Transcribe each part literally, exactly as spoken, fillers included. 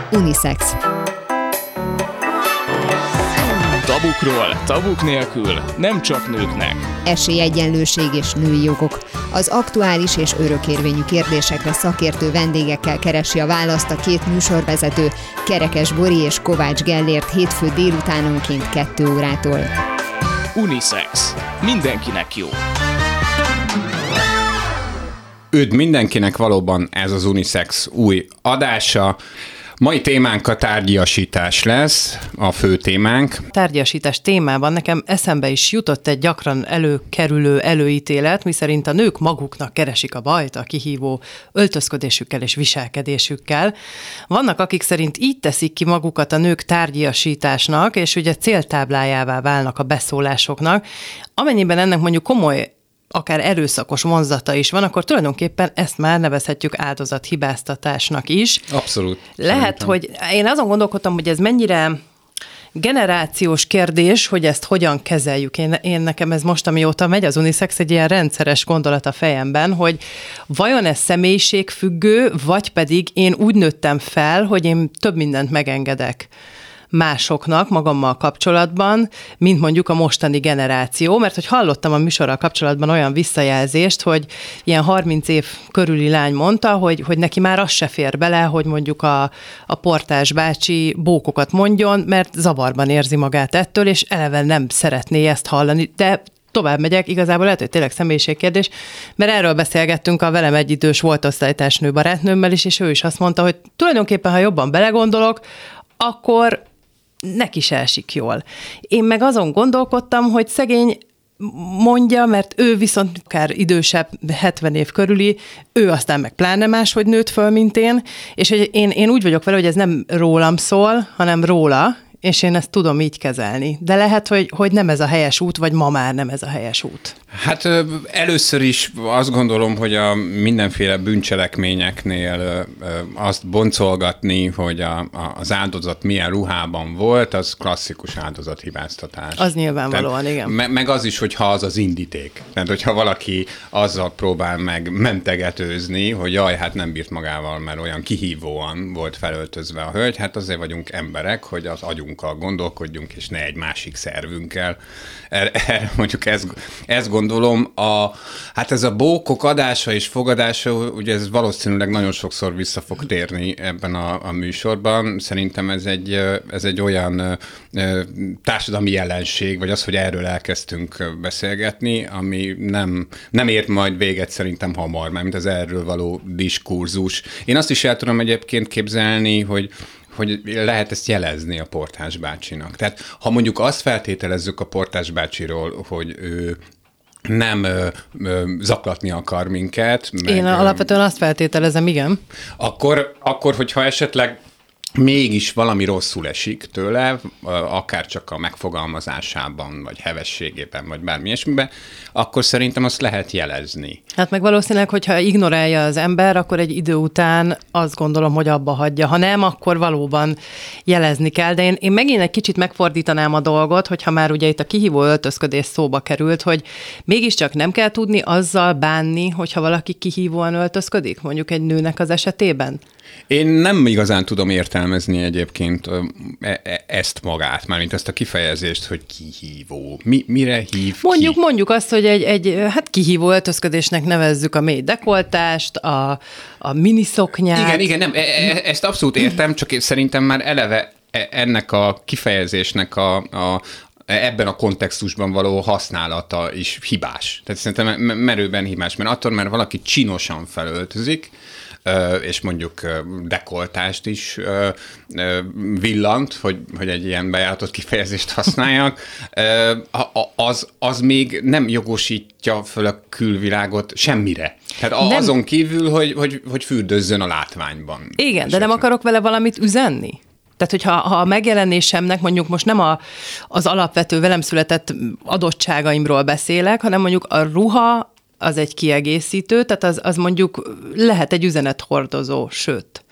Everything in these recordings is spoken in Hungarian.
Unisex. Tabukról, tabuk nélkül, nem csak nőknek. Esélyegyenlőség és női jogok. Az aktuális és örökérvényű kérdésekre szakértő vendégekkel keresi a választ a két műsorvezető, Kerekes Bori és Kovács Gellért hétfő délutánonként kettő órától. Unisex. Mindenkinek jó. Üdv mindenkinek, valóban ez az Unisex új adása. Mai témánk a tárgyasítás lesz, a fő témánk. Tárgyasítás témában nekem eszembe is jutott egy gyakran előkerülő előítélet, miszerint a nők maguknak keresik a bajt a kihívó öltözködésükkel és viselkedésükkel. Vannak, akik szerint így teszik ki magukat a nők tárgyasításnak, és ugye céltáblájává válnak a beszólásoknak. Amennyiben ennek mondjuk komoly akár erőszakos vonzata is van, akkor tulajdonképpen ezt már nevezhetjük áldozathibáztatásnak is. Abszolút. Lehet, szerintem. Hogy én azon gondolkodtam, hogy ez mennyire generációs kérdés, hogy ezt hogyan kezeljük. Én, én nekem ez most, amióta megy az Unisex, egy ilyen rendszeres gondolat a fejemben, hogy vajon ez személyiségfüggő, vagy pedig én úgy nőttem fel, hogy én több mindent megengedek másoknak magammal kapcsolatban, mint mondjuk a mostani generáció, mert hogy hallottam a műsorral kapcsolatban olyan visszajelzést, hogy ilyen harminc év körüli lány mondta, hogy, hogy neki már az se fér bele, hogy mondjuk a, a portás bácsi bókokat mondjon, mert zavarban érzi magát ettől, és eleve nem szeretné ezt hallani, de tovább megyek, igazából lehet, hogy tényleg személyiségkérdés, mert erről beszélgettünk a velem egyidős volt osztálytársnő barátnőmmel is, és ő is azt mondta, hogy tulajdonképpen, ha jobban belegondolok, akkor neki se esik jól. Én meg azon gondolkodtam, hogy szegény mondja, mert ő viszont akár idősebb, hetven év körüli, ő aztán meg pláne máshogy nőtt föl, mint én, és hogy én, én úgy vagyok vele, hogy ez nem rólam szól, hanem róla, és én ezt tudom így kezelni. De lehet, hogy, hogy nem ez a helyes út, vagy ma már nem ez a helyes út. Hát először is azt gondolom, hogy a mindenféle bűncselekményeknél azt boncolgatni, hogy a, a, az áldozat milyen ruhában volt, az klasszikus áldozathibáztatás. Az nyilvánvalóan, tehát, igen. Me, meg az is, hogyha az az indíték. Tehát, hogyha valaki azzal próbál meg mentegetőzni, hogy jaj, hát nem bírt magával, mert olyan kihívóan volt felöltözve a hölgy, hát azért vagyunk emberek, hogy az agyunkkal gondolkodjunk, és ne egy másik szervünkkel. Er, er, mondjuk ezt, ezt gondolom, a, hát ez a bókok adása és fogadása, ugye ez valószínűleg nagyon sokszor vissza fog térni ebben a, a műsorban. Szerintem ez egy, ez egy olyan társadalmi jelenség, vagy az, hogy erről elkezdtünk beszélgetni, ami nem, nem ért majd véget szerintem hamar, mert mint az erről való diskurzus. Én azt is el tudom egyébként képzelni, hogy hogy lehet ezt jelezni a portás bácsinak. Tehát ha mondjuk azt feltételezzük a portás bácsiról, hogy ő nem ö, ö, zaklatni akar minket. Meg, Én alapvetően azt feltételezem, igen. Akkor, akkor, hogyha esetleg mégis valami rosszul esik tőle, akár csak a megfogalmazásában, vagy hevességében, vagy bármi ilyesmiben, akkor szerintem azt lehet jelezni. Hát meg valószínűleg, hogyha ignorálja az ember, akkor egy idő után azt gondolom, hogy abba hagyja. Ha nem, akkor valóban jelezni kell. De én, én megint egy kicsit megfordítanám a dolgot, hogyha már ugye itt a kihívó öltözködés szóba került, hogy mégiscsak nem kell tudni azzal bánni, hogyha valaki kihívóan öltözködik, mondjuk egy nőnek az esetében? Én nem igazán tudom értelmezni egyébként ezt magát, mármint ezt a kifejezést, hogy kihívó. Mi, mire hív Mondjuk, ki? mondjuk azt, hogy egy, egy hát kihívó öltözködésnek nevezzük a mély dekoltást, a, a miniszoknyát. Igen, igen, nem, ezt abszolút értem, csak én szerintem már eleve ennek a kifejezésnek a, a ebben a kontextusban való használata is hibás. Tehát szerintem merőben hibás, mert attól, mert valaki csinosan felöltözik, és mondjuk dekoltást is villant, hogy, hogy egy ilyen bejáratott kifejezést használjak, az, az még nem jogosítja föl a külvilágot semmire. Tehát nem. Azon kívül, hogy, hogy, hogy fürdözzön a látványban. Igen, esetleg. De nem akarok vele valamit üzenni? Tehát, hogyha ha a megjelenésemnek mondjuk most nem a, az alapvető velem született adottságaimról beszélek, hanem mondjuk a ruha az egy kiegészítő, tehát az, az mondjuk lehet egy üzenethordozó, sőt.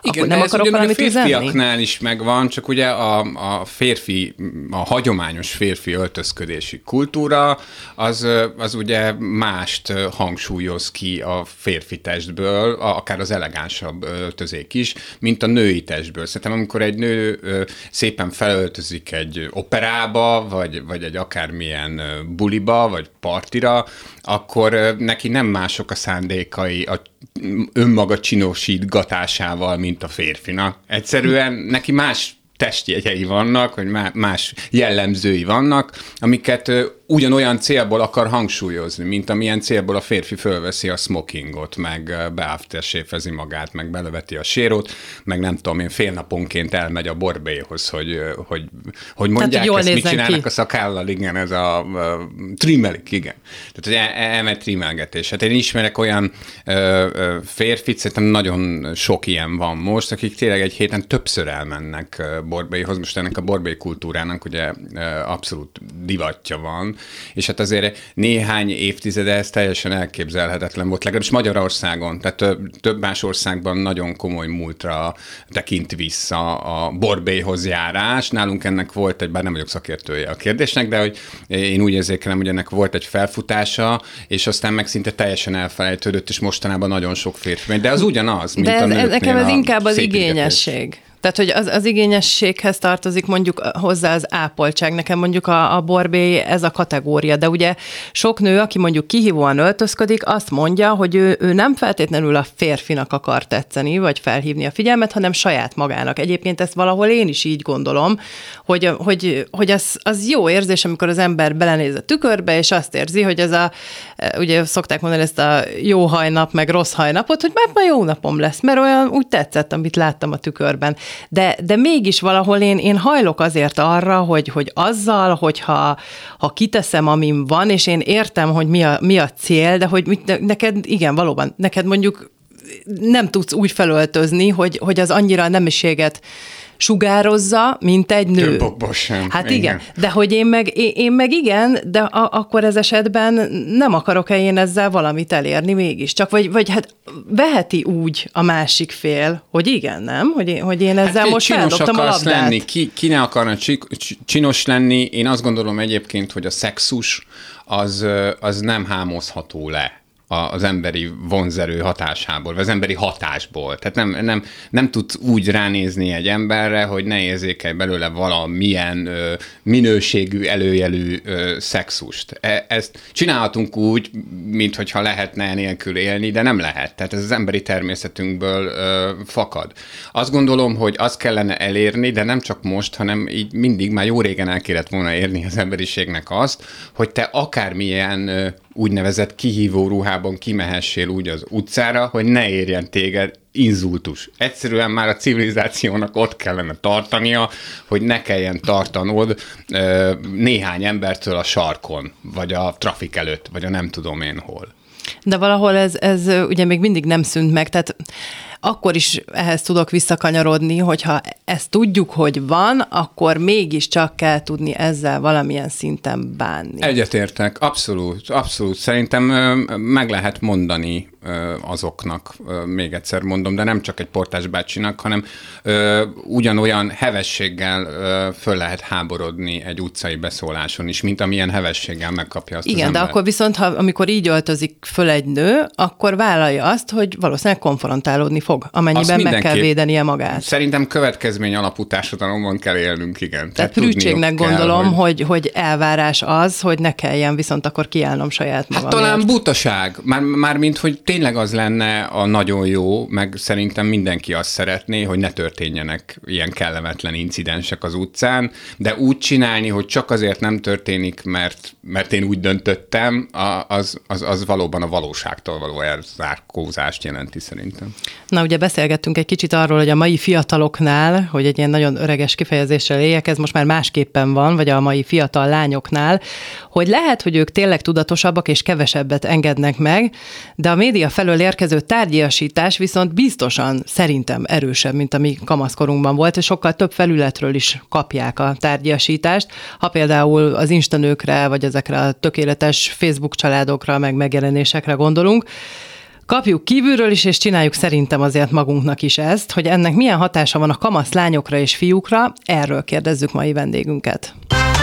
Igen, akkor nem akarok valamit üzenni? A férfiaknál is megvan, csak ugye a, a férfi, a hagyományos férfi öltözködési kultúra, az, az ugye mást hangsúlyoz ki a férfi testből, akár az elegánsabb öltözék is, mint a női testből. Szerintem amikor egy nő szépen felöltözik egy operába, vagy, vagy egy akármilyen buliba, vagy partira, akkor neki nem mások a szándékai a önmaga csinosítgatásával, mint a férfinak. Egyszerűen neki más testjegyei vannak, vagy más jellemzői vannak, amiket ugyanolyan célból akar hangsúlyozni, mint amilyen célból a férfi fölveszi a smokingot, meg beafterséfezi magát, meg belöveti a sérót, meg nem tudom én, fél naponként elmegy a borbélyhoz, hogy, hogy, hogy mondják, tehát, ezt mit csinálnak ki a szakállal, igen, ez a, a trimmelik, igen. Tehát, hogy el, elmegy trimmelgetés. Hát én ismerek olyan ö, ö, férfit, szerintem nagyon sok ilyen van most, akik tényleg egy héten többször elmennek borbélyhoz. Most ennek a borbély kultúrának ugye abszolút divatja van, és hát azért néhány évtizede ez teljesen elképzelhetetlen volt, legalábbis Magyarországon, tehát több más országban nagyon komoly múltra tekint vissza a borbélyhoz járás. Nálunk ennek volt egy, bár nem vagyok szakértője a kérdésnek, de hogy én úgy érzékelem, hogy ennek volt egy felfutása, és aztán meg szinte teljesen elfelejtődött, és mostanában nagyon sok férfi. De az ugyanaz, mint de ez, a nőknél. Nekem ez inkább az igényesség. Tehát, hogy az, az igényességhez tartozik mondjuk hozzá az ápoltság. Nekem mondjuk a, a borbély ez a kategória, de ugye sok nő, aki mondjuk kihívóan öltözködik, azt mondja, hogy ő, ő nem feltétlenül a férfinak akar tetszeni, vagy felhívni a figyelmet, hanem saját magának. Egyébként ezt valahol én is így gondolom, hogy, hogy, hogy az, az jó érzés, amikor az ember belenéz a tükörbe, és azt érzi, hogy ez a, ugye szokták mondani ezt a jó hajnap, meg rossz hajnapot, hogy már ma jó napom lesz, mert olyan úgy tetszett, amit láttam a tükörben. De, de mégis valahol én, én hajlok azért arra, hogy, hogy azzal, hogyha ha kiteszem, amim van, és én értem, hogy mi a, mi a cél, de hogy neked, igen, valóban, neked mondjuk nem tudsz úgy felöltözni, hogy, hogy az annyira a nemiséget sugározza, mint egy nő. Több okból sem. Hát igen. igen, de hogy én meg, én, én meg igen, de a, akkor ez esetben nem akarok-e én ezzel valamit elérni mégiscsak, vagy, vagy hát veheti úgy a másik fél, hogy igen, nem? Hogy én, hogy én ezzel hát, most feldobtam a labdát. Lenni. Ki, ki ne akarna csinos lenni? Én azt gondolom egyébként, hogy a szexus az, az nem hámozható le az emberi vonzerő hatásából, vagy az emberi hatásból. Tehát nem, nem, nem tudsz úgy ránézni egy emberre, hogy ne érzékelj belőle valamilyen ö, minőségű, előjelű ö, szexust. E, ezt csinálhatunk úgy, minthogyha lehetne nélkül élni, de nem lehet. Tehát ez az emberi természetünkből ö, fakad. Azt gondolom, hogy azt kellene elérni, de nem csak most, hanem így mindig, már jó régen el kellett volna érni az emberiségnek azt, hogy te akármilyen ö, úgynevezett kihívó ruhában kimehessél úgy az utcára, hogy ne érjen téged inzultus. Egyszerűen már a civilizációnak ott kellene tartania, hogy ne kelljen tartanod ö, néhány embertől a sarkon, vagy a trafik előtt, vagy a nem tudom én hol. De valahol ez, ez ugye még mindig nem szűnt meg, tehát akkor is ehhez tudok visszakanyarodni, hogyha ezt tudjuk, hogy van, akkor mégiscsak kell tudni ezzel valamilyen szinten bánni. Egyetértek, abszolút, abszolút. Szerintem meg lehet mondani azoknak, még egyszer mondom, de nem csak egy Portás bácsinak, hanem ugyanolyan hevességgel föl lehet háborodni egy utcai beszóláson is, mint amilyen hevességgel megkapja azt. Igen, az de ember. akkor viszont, ha, amikor így öltözik föl egy nő, akkor vállalja azt, hogy valószínűleg konfrontálódni fog, amennyiben meg kell védenie magát. Szerintem következmény alapú társadalomban kell élnünk, igen. Tehát prűtségnek gondolom, kell, hogy... hogy, hogy elvárás az, hogy ne kelljen viszont akkor kiállnom saját magamért. Hát talán butaság, már, már mint hogy tényleg az lenne a nagyon jó, meg szerintem mindenki azt szeretné, hogy ne történjenek ilyen kellemetlen incidensek az utcán, de úgy csinálni, hogy csak azért nem történik, mert, mert én úgy döntöttem, az, az, az valóban a valóságtól való elzárkózást jelenti szerintem. Na, ugye beszélgettünk egy kicsit arról, hogy a mai fiataloknál, hogy egy ilyen nagyon öreges kifejezéssel éljek, ez most már másképpen van, vagy a mai fiatal lányoknál, hogy lehet, hogy ők tényleg tudatosabbak és kevesebbet engednek meg, de a média felől érkező tárgyiasítás viszont biztosan szerintem erősebb, mint ami kamaszkorunkban volt, és sokkal több felületről is kapják a tárgyiasítást. Ha például az instanőkre, vagy ezekre a tökéletes Facebook családokra, meg megjelenésekre gondolunk, kapjuk kívülről is, és csináljuk szerintem azért magunknak is ezt, hogy ennek milyen hatása van a kamasz lányokra és fiúkra, erről kérdezzük mai vendégünket.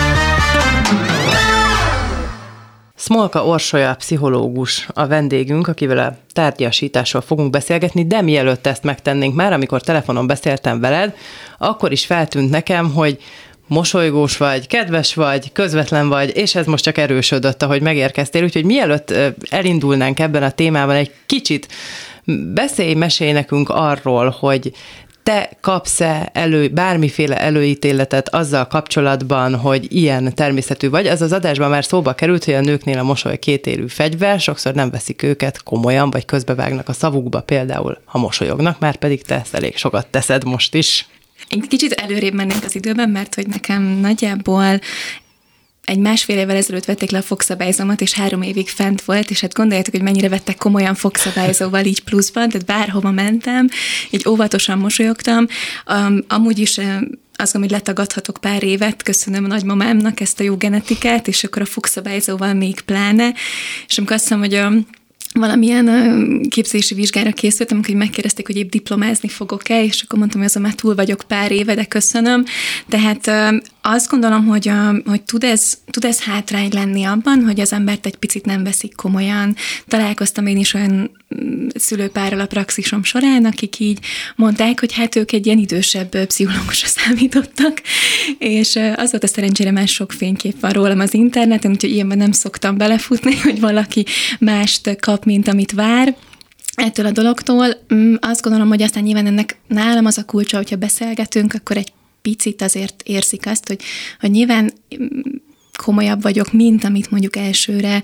Smolka Orsolya pszichológus a vendégünk, akivel a tárgyasításról fogunk beszélgetni, de mielőtt ezt megtennénk már, amikor telefonon beszéltem veled, akkor is feltűnt nekem, hogy mosolygós vagy, kedves vagy, közvetlen vagy, és ez most csak erősödött, ahogy megérkeztél, úgyhogy mielőtt elindulnánk ebben a témában, egy kicsit beszélj, mesélj nekünk arról, hogy te kapsz-e elő, bármiféle előítéletet azzal kapcsolatban, hogy ilyen természetű vagy? Az az adásban már szóba került, hogy a nőknél a mosoly kétélű fegyver, sokszor nem veszik őket komolyan, vagy közbevágnak a szavukba például, ha mosolyognak, már pedig te ezt elég sokat teszed most is. Egy kicsit előrébb mennénk az időben, mert hogy nekem nagyjából egy másfél évvel ezelőtt vették le a fogszabályzómat, és három évig fent volt, és hát gondoljátok, hogy mennyire vettek komolyan fogszabályzóval így pluszban, tehát bárhova mentem, így óvatosan mosolyogtam. Um, amúgy is um, azt gondolom, hogy letagadhatok pár évet, köszönöm a nagymamámnak ezt a jó genetikát, és akkor a fogszabályzóval még pláne, és amikor azt hiszem, hogy a valamilyen képzési vizsgára készültem, amikor megkérdezték, hogy épp diplomázni fogok-e, és akkor mondtam, hogy azon már túl vagyok pár éve, de köszönöm. Tehát azt gondolom, hogy, hogy tud, ez, tud ez hátrány lenni abban, hogy az embert egy picit nem veszik komolyan. Találkoztam én is olyan szülőpárral a praxisom során, akik így mondták, hogy hát ők egy ilyen idősebb pszichológusra számítottak, és az volt a szerencsére már sok fénykép van rólam az interneten, úgyhogy ilyenben nem szoktam belefutni, hogy valaki mást kap, mint amit vár ettől a dologtól. Azt gondolom, hogy aztán nyilván ennek nálam az a kulcsa, hogyha beszélgetünk, akkor egy picit azért érzik azt, hogy, hogy nyilván komolyabb vagyok, mint amit mondjuk elsőre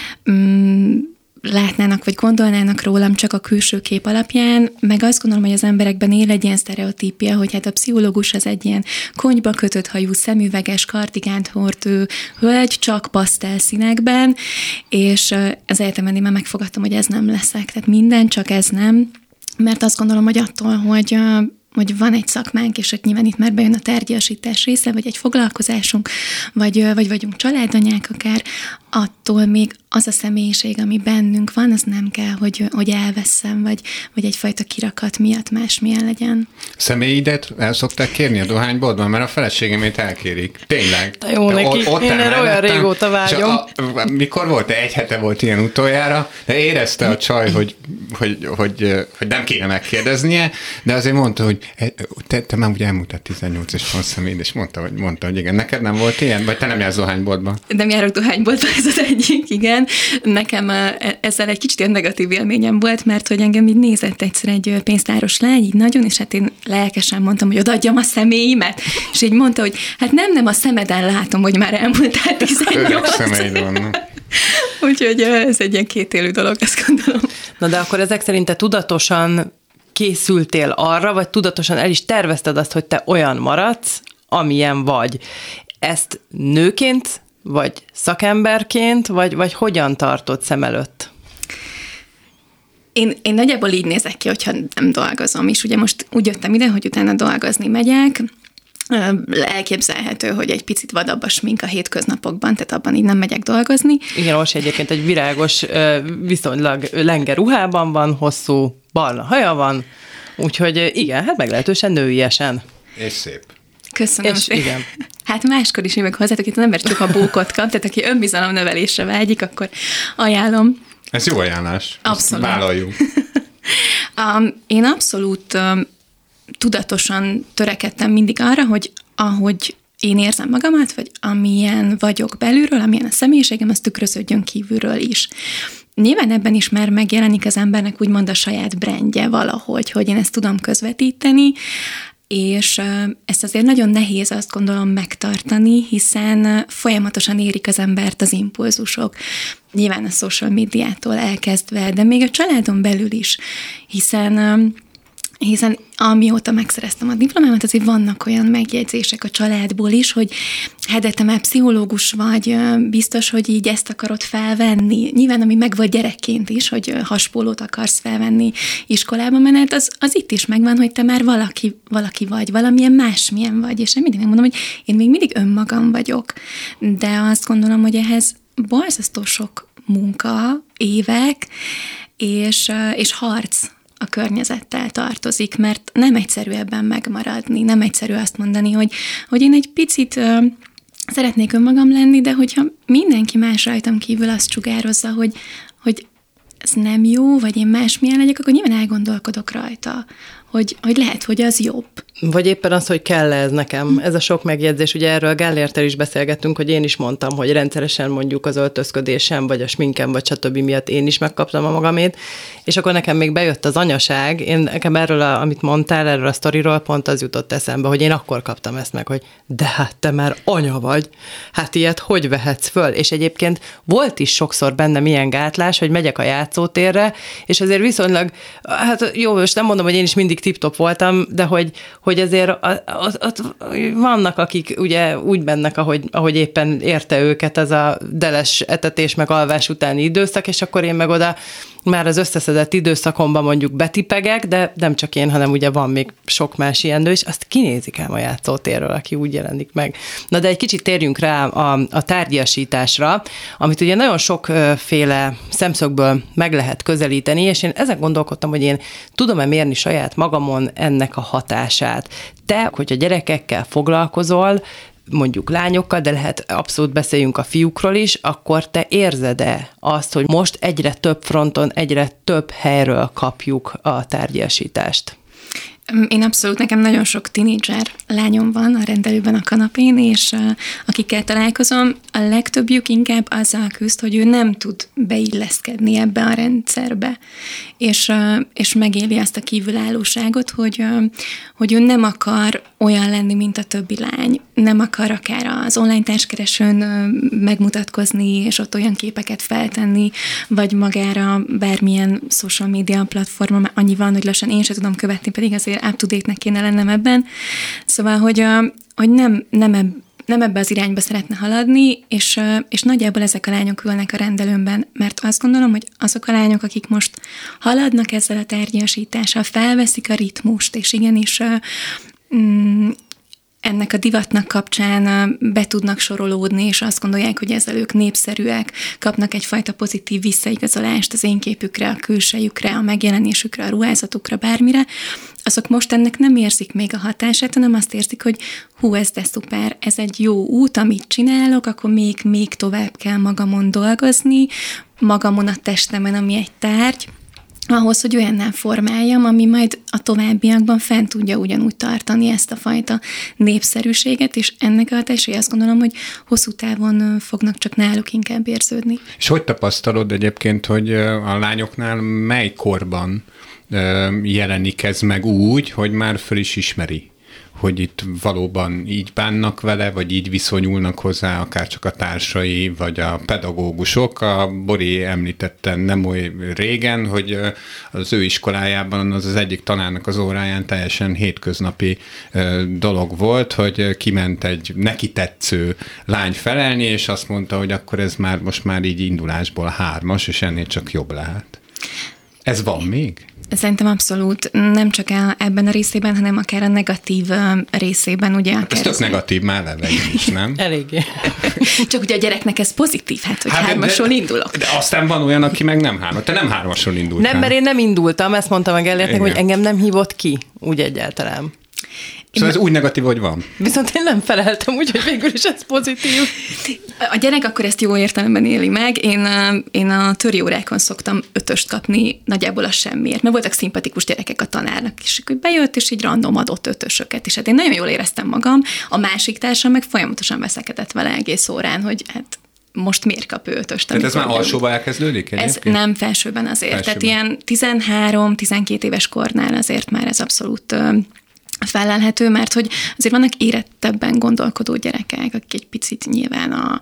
mm, látnának, vagy gondolnának rólam csak a külső kép alapján, meg azt gondolom, hogy az emberekben él egy ilyen sztereotípia, hogy hát a pszichológus az egy ilyen konyba kötött hajú, szemüveges, kardigánt hordó hölgy, csak pasztelszínekben, és az egyetemen én már megfogadtam, hogy ez nem leszek, tehát minden, csak ez nem, mert azt gondolom, hogy attól, hogy hogy van egy szakmánk, és hogy nyilván itt már bejön a tárgyasítás része, vagy egy foglalkozásunk, vagy, vagy vagyunk családanyák akár, attól még az a személyiség, ami bennünk van, az nem kell, hogy, hogy elveszem, vagy, vagy egyfajta kirakat miatt másmilyen legyen. Személyidet el szokták kérni a dohányboltban, mert a feleségemét elkérik. Tényleg. De jó neki, o- én erre olyan régóta vágyom. A, a, mikor volt? Egy hete volt ilyen utoljára, de érezte a csaj, hogy, hogy, hogy, hogy nem kéne megkérdeznie, de azért mondta, hogy te, te már ugye elmúltad tizennyolc és van személyed, és mondta, hogy, mondta, hogy igen, neked nem volt ilyen? Vagy te nem jársz dohányboltban? Nem járok dohányboltban, ez az egyik, igen. Nekem ezzel egy kicsit ilyen negatív élményem volt, mert hogy engem így nézett egyszer egy pénztáros lány, így nagyon, és hát én lelkesen mondtam, hogy odaadjam a személyimet, és így mondta, hogy hát nem, nem, a szemeden látom, hogy már elmúltál tizennyolc. Örök szemeid vannak. Úgyhogy ez egy ilyen kétélű dolog, azt gondolom. Na de akkor ezek szerint te tudatosan készültél arra, vagy tudatosan el is tervezted azt, hogy te olyan maradsz, amilyen vagy. Ezt nőként, vagy szakemberként, vagy, vagy hogyan tartod szem előtt? Én, én nagyjából így nézek ki, hogyha nem dolgozom is. Ugye most úgy jöttem ide, hogy utána dolgozni megyek, elképzelhető, hogy egy picit vadabb a smink a hétköznapokban, tehát abban így nem megyek dolgozni. Igen, Orsi egyébként egy virágos, viszonylag lenge ruhában van, hosszú barna haja van, úgyhogy igen, hát meglehetősen nőiesen. És szép. Köszönöm és szépen. Igen. Hát máskor is jövök hozzátok, itt az ember csak a bókot kap, tehát aki önbizalomnövelésre vágyik, akkor ajánlom. Ez jó ajánlás. Abszolút. Vállaljuk. um, én abszolút um, tudatosan törekedtem mindig arra, hogy ahogy én érzem magamat, vagy amilyen vagyok belülről, amilyen a személyiségem, az tükröződjön kívülről is. Nyilván ebben is már megjelenik az embernek úgymond a saját brandje valahogy, hogy én ezt tudom közvetíteni, és ezt azért nagyon nehéz, azt gondolom, megtartani, hiszen folyamatosan érik az embert az impulzusok. Nyilván a social médiától elkezdve, de még a családon belül is, hiszen hiszen amióta megszereztem a diplomámat, azért vannak olyan megjegyzések a családból is, hogy hát de te már pszichológus vagy, biztos, hogy így ezt akarod felvenni. Nyilván, ami meg vagy gyerekként is, hogy haspólót akarsz felvenni iskolába menet, az, az itt is megvan, hogy te már valaki, valaki vagy, valamilyen másmilyen vagy, és én mindig megmondom, hogy én még mindig önmagam vagyok, de azt gondolom, hogy ehhez borzasztó sok munka, évek, és, és harc a környezettel tartozik, mert nem egyszerű ebben megmaradni, nem egyszerű azt mondani, hogy, hogy én egy picit uh, szeretnék önmagam lenni, de hogyha mindenki más rajtam kívül azt sugározza, hogy, hogy ez nem jó, vagy én másmilyen legyek, akkor nyilván elgondolkodok rajta, hogy, hogy lehet, hogy az jobb. Vagy éppen az, hogy kell ez nekem. Ez a sok megjegyzés, ugye erről Gellérttel is beszélgettünk, hogy én is mondtam, hogy rendszeresen mondjuk az öltözködésem, vagy a sminkem, vagy stb. Miatt én is megkaptam a magamét, és akkor nekem még bejött az anyaság, én nekem erről, a, amit mondtál, erről a sztoriról pont az jutott eszembe, hogy én akkor kaptam ezt meg, hogy de hát te már anya vagy, hát ilyet hogy vehetsz föl? És egyébként volt is sokszor bennem ilyen gátlás, hogy megyek a játszótérre, és azért viszonylag, hát jó, most nem mondom, hogy én is mindig tip-top voltam, de hogy, hogy azért ott vannak, akik ugye úgy mennek, ahogy, ahogy éppen érte őket ez a deles etetés meg alvás utáni időszak, és akkor én meg oda már az összeszedett időszakomban mondjuk betipegek, de nem csak én, hanem ugye van még sok más ilyen nő, és azt kinézik ám a játszótérről, aki úgy jelenik meg. Na de egy kicsit térjünk rá a, a tárgyasításra, amit ugye nagyon sokféle szemszögből meg lehet közelíteni, és én ezen gondolkodtam, hogy én tudom-e mérni saját magamon ennek a hatását. Te, hogyha gyerekekkel foglalkozol, mondjuk lányokkal, de lehet abszolút beszéljünk a fiúkról is, akkor te érzed-e azt, hogy most egyre több fronton, egyre több helyről kapjuk a tárgyasítást? Én abszolút, nekem nagyon sok tinédzser lányom van a rendelőben a kanapén, és uh, akikkel találkozom, a legtöbbjük inkább azzal küzd, hogy ő nem tud beilleszkedni ebbe a rendszerbe, és, uh, és megéli azt a kívülállóságot, hogy, uh, hogy ő nem akar olyan lenni, mint a többi lány, nem akar akár az online társkeresőn uh, megmutatkozni, és ott olyan képeket feltenni, vagy magára bármilyen social media platformon, annyi van, hogy lassan én sem tudom követni, pedig azért up-to-date-nek kéne lennem ebben. Szóval, hogy, hogy nem, nem, eb, nem ebbe az irányba szeretne haladni, és, és nagyjából ezek a lányok ülnek a rendelőmben, mert azt gondolom, hogy azok a lányok, akik most haladnak ezzel a tárgyasítással, felveszik a ritmust, és igenis mm, ennek a divatnak kapcsán be tudnak sorolódni, és azt gondolják, hogy ezzel ők népszerűek, kapnak egyfajta pozitív visszaigazolást az én képükre, a külsejükre, a megjelenésükre, a ruházatukra, bármire, azok most ennek nem érzik még a hatását, hanem azt érzik, hogy hú, ez de szuper, ez egy jó út, amit csinálok, akkor még, még tovább kell magamon dolgozni, magamon a testemen, ami egy tárgy, ahhoz, hogy olyanná formáljam, ami majd a továbbiakban fent tudja ugyanúgy tartani ezt a fajta népszerűséget, és ennek a hatásai azt gondolom, hogy hosszú távon fognak csak náluk inkább érződni. És hogy tapasztalod egyébként, hogy a lányoknál mely korban jelenik ez meg úgy, hogy már föl is ismeri, hogy itt valóban így bánnak vele, vagy így viszonyulnak hozzá, akár csak a társai, vagy a pedagógusok. A Bori említette nem oly régen, hogy az ő iskolájában az az egyik tanárnak az óráján teljesen hétköznapi dolog volt, hogy kiment egy neki tetsző lány felelni, és azt mondta, hogy akkor ez már most már így indulásból hármas, és ennél csak jobb lehet. Ez van még? Szerintem abszolút nem csak ebben a részében, hanem akár a negatív részében. Ugye, hát ez tök negatív már eleve is, nem? Eléggé. Csak ugye a gyereknek ez pozitív, hát hogy hát, hármason de, indulok. De aztán van olyan, aki meg nem hármas. Te nem hármason indultál. Nem, mert én nem indultam, ezt mondtam meg Gellértnek, hogy engem nem hívott ki, úgy egyáltalán. Szóval ez úgy negatív, hogy van. Viszont én nem feleltem, úgyhogy végül is ez pozitív. A gyerek akkor ezt jó értelemben éli meg. Én, én a töri órákon szoktam ötöst kapni, nagyjából a semmiért. Mert voltak szimpatikus gyerekek a tanárnak is, hogy bejött, és így random adott ötösöket. És hát én nagyon jól éreztem magam. A másik társam meg folyamatosan veszekedett vele egész órán, hogy hát most miért kap ő ötöst? Tehát ez már alsóban elkezdődik egyébként? Ez nem, felsőben azért. Felsőben. Tehát ilyen tizenhárom-tizenkét éves kornál azért már ez abszolút felelhető, mert hogy azért vannak érettebben gondolkodó gyerekek, akik egy picit nyilván a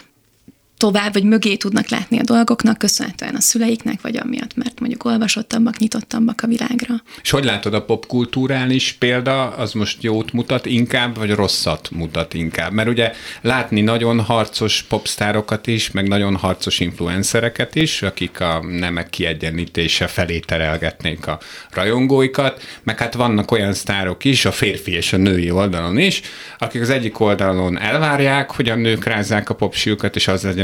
tovább, vagy mögé tudnak látni a dolgoknak, köszönhetően a szüleiknek, vagy amiatt, mert mondjuk olvasottabbak, nyitottabbak a világra. És hogy látod, a popkulturális példa, az most jót mutat inkább, vagy rosszat mutat inkább? Mert ugye látni nagyon harcos popstárokat is, meg nagyon harcos influencereket is, akik a nemek kiegyenlítése felé terelgetnék a rajongóikat, meg hát vannak olyan sztárok is, a férfi és a női oldalon is, akik az egyik oldalon elvárják, hogy a nők rázzák a popsíjukat, és az legyen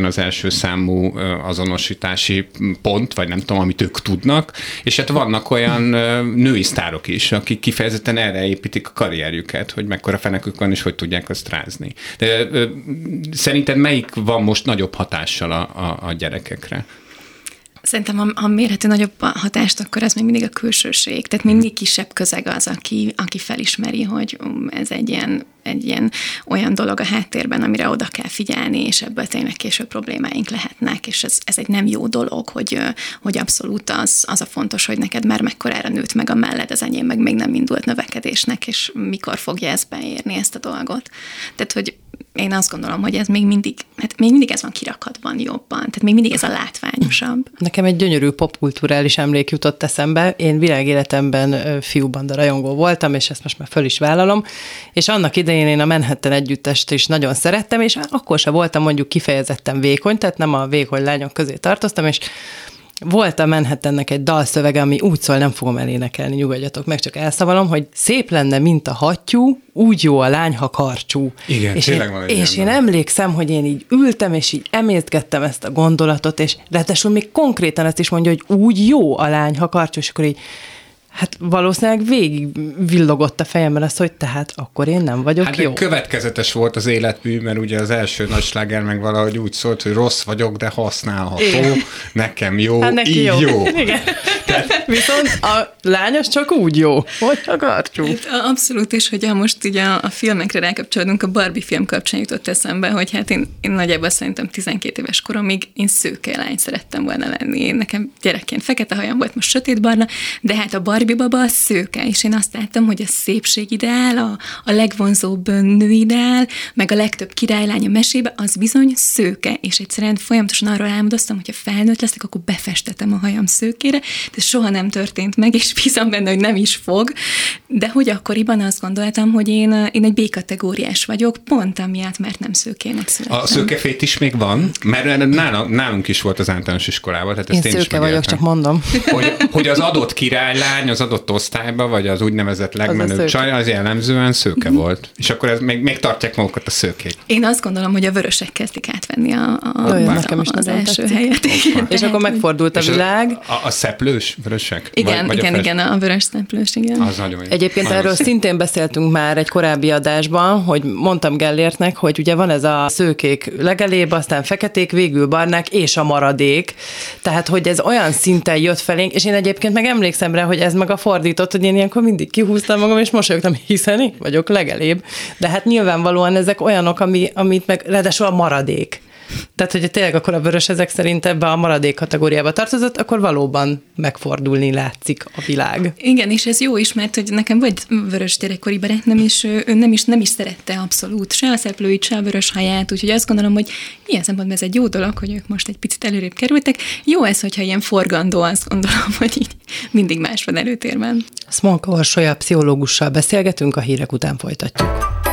az első számú azonosítási pont, vagy nem tudom, amit ők tudnak, és hát vannak olyan női sztárok is, akik kifejezetten erre építik a karrierjüket, hogy mekkora fenekük van, és hogy tudják azt rázni. De szerinted melyik van most nagyobb hatással a, a, a gyerekekre? Szerintem, ha, ha mérhető nagyobb hatást, akkor ez még mindig a külsőség. Tehát mindig kisebb közeg az, aki, aki felismeri, hogy ez egy ilyen, egy ilyen olyan dolog a háttérben, amire oda kell figyelni, és ebből tényleg később problémáink lehetnek, és ez, ez egy nem jó dolog, hogy, hogy abszolút az, az a fontos, hogy neked már mekkorára nőtt meg a melled, az enyém meg még nem indult növekedésnek, és mikor fogja ezt beérni, ezt a dolgot. Tehát, hogy én azt gondolom, hogy ez még mindig, hát még mindig ez van kirakatban jobban, tehát még mindig ez a látványosabb. Nekem egy gyönyörű popkulturális emlék jutott eszembe. Én világéletemben fiúbanda rajongó voltam, és ezt most már föl is vállalom, és annak idején én a Manhattan együttest is nagyon szerettem, és akkor sem voltam mondjuk kifejezetten vékony, tehát nem a vékony lányok közé tartoztam, és volt a Manhattannek egy dalszövege, ami úgy szól, nem fogom elénekelni, nyugodjatok meg, csak elszavalom, hogy szép lenne, mint a hattyú, úgy jó a lány, ha karcsú. Igen, és tényleg én, van egy És ilyen én emlékszem, hogy én így ültem, és így emészgettem ezt a gondolatot, és ráadásul még konkrétan ezt is mondja, hogy úgy jó a lány, ha karcsú, és akkor így hát valószínűleg végig villogott a fejemben az, hogy tehát akkor én nem vagyok hát jó. Következetes volt az életmű, mert ugye az első nagy sláger meg valahogy úgy szólt, hogy rossz vagyok, de használható, igen. Nekem jó, hát neki így jó. jó. Igen. Tehát... Viszont a lányos csak úgy jó, hogy a karcsú. Abszolút, és hogy most ugye a, a filmekre rákapcsolódunk, a Barbie film kapcsán jutott eszembe, hogy hát én, én nagyjából szerintem tizenkét éves koromig én szőke lány szerettem volna lenni. Én nekem gyerekként fekete hajam volt, most sötétbarna, de hát a Barbie baba a szőke, és én azt láttam, hogy a szépségideál, a, a legvonzóbb nőideál, meg a legtöbb királylány a mesébe, az bizony szőke, és egyszerűen folyamatosan arról álmodoztam, hogy ha felnőtt leszek, akkor befestetem a hajam szőkére, de soha nem történt meg, és bízom benne, hogy nem is fog, de hogy akkoriban azt gondoltam, hogy én, én egy B-kategóriás vagyok, pont amiatt, mert nem szőkének születtem. A szőkefét is még van, mert nálunk, nálunk is volt az általános iskolában. Tehát ezt én, én szőke vagyok, csak mondom. Hogy, hogy az adott királylány az adott osztályban, vagy az úgynevezett legmenőbb az csaj, az jellemzően szőke volt. És akkor ez még, még tartják magukat a szőkék. Én azt gondolom, hogy a vörösek kezdik átvenni a, a, Olyan, a, a, az első tetszik. helyet. Igen, és akkor megfordult a világ. A, a szeplős vörösek? Igen, vagy, igen, vagy a igen, a vörös szeplős, igen. Az nagyon jó. Egyébként nagyon erről szép. Szintén beszéltünk már egy korábbi adásban, hogy mondtam Gellértnek, hogy ugye van ez a szőkék legelébb, aztán feketék, végül barnák, és a maradék. Tehát, hogy ez olyan szinten jött felénk, és én egyébként meg emlékszem rá, hogy ez meg a fordított, hogy én ilyenkor mindig kihúztam magam, és mosolyogtam, hiszen én vagyok legelébb. De hát nyilvánvalóan ezek olyanok, ami, amit meg, ráadásul a maradék. Tehát, hogy tényleg akkor a vörös ezek szerint ebbe a maradék kategóriába tartozott, akkor valóban megfordulni látszik a világ. Igen, és ez jó is, mert hogy nekem vagy vörös gyerekkori barátnőm, és ő nem is, nem is szerette abszolút se a szeplőit, se a vörös haját, úgyhogy azt gondolom, hogy ilyen szempontból ez egy jó dolog, hogy ők most egy picit előrébb kerültek. Jó ez, hogyha ilyen forgandó, azt gondolom, hogy így mindig más van előtérben. Smolka Orsolya pszichológussal beszélgetünk, a hírek után folytatjuk.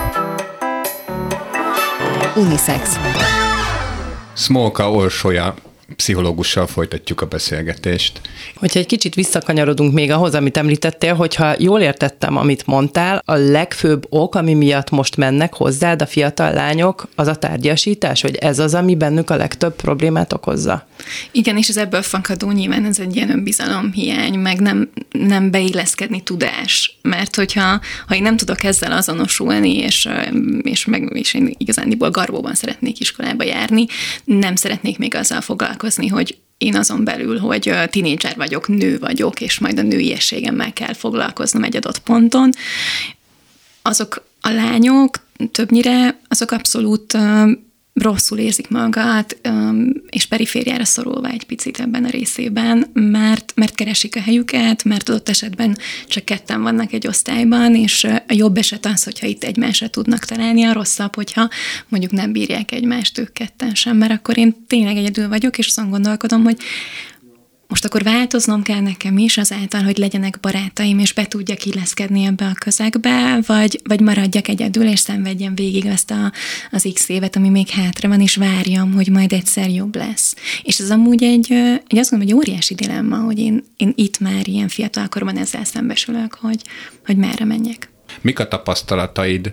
Unisex. Smolka Orsolya pszichológussal folytatjuk a beszélgetést. Hogyha egy kicsit visszakanyarodunk még ahhoz, amit említettél, hogyha jól értettem, amit mondtál, a legfőbb ok, ami miatt most mennek hozzád a fiatal lányok, az a tárgyasítás, hogy ez az, ami bennük a legtöbb problémát okozza? Igen, és ez ebből fakadó nyilván ez egy ilyen önbizalomhiány, meg nem, nem beilleszkedni tudás. Mert hogyha ha én nem tudok ezzel azonosulni, és, és, meg, és én igazándiból garbóban szeretnék iskolába járni, nem szeretnék még azzal foglalkozni, hogy én azon belül, hogy tinédzser vagyok, nő vagyok, és majd a nőiességemmel kell foglalkoznom egy adott ponton. Azok a lányok többnyire, azok abszolút rosszul érzik magát, és perifériára szorulva egy picit ebben a részében, mert, mert keresik a helyüket, mert adott esetben csak ketten vannak egy osztályban, és a jobb eset az, hogyha itt egymásra tudnak találni, a rosszabb, hogyha mondjuk nem bírják egymást ők ketten sem, mert akkor én tényleg egyedül vagyok, és azon gondolkodom, hogy most akkor változnom kell nekem is azáltal, hogy legyenek barátaim, és be tudjak illeszkedni ebbe a közegbe, vagy, vagy maradjak egyedül, és szenvedjem végig azt a, az x évet, ami még hátra van, és várjam, hogy majd egyszer jobb lesz. És ez amúgy egy, egy azt gondolom, egy óriási dilemma, hogy én, én itt már ilyen fiatalkorban ezzel szembesülök, hogy, hogy merre menjek. Mik a tapasztalataid?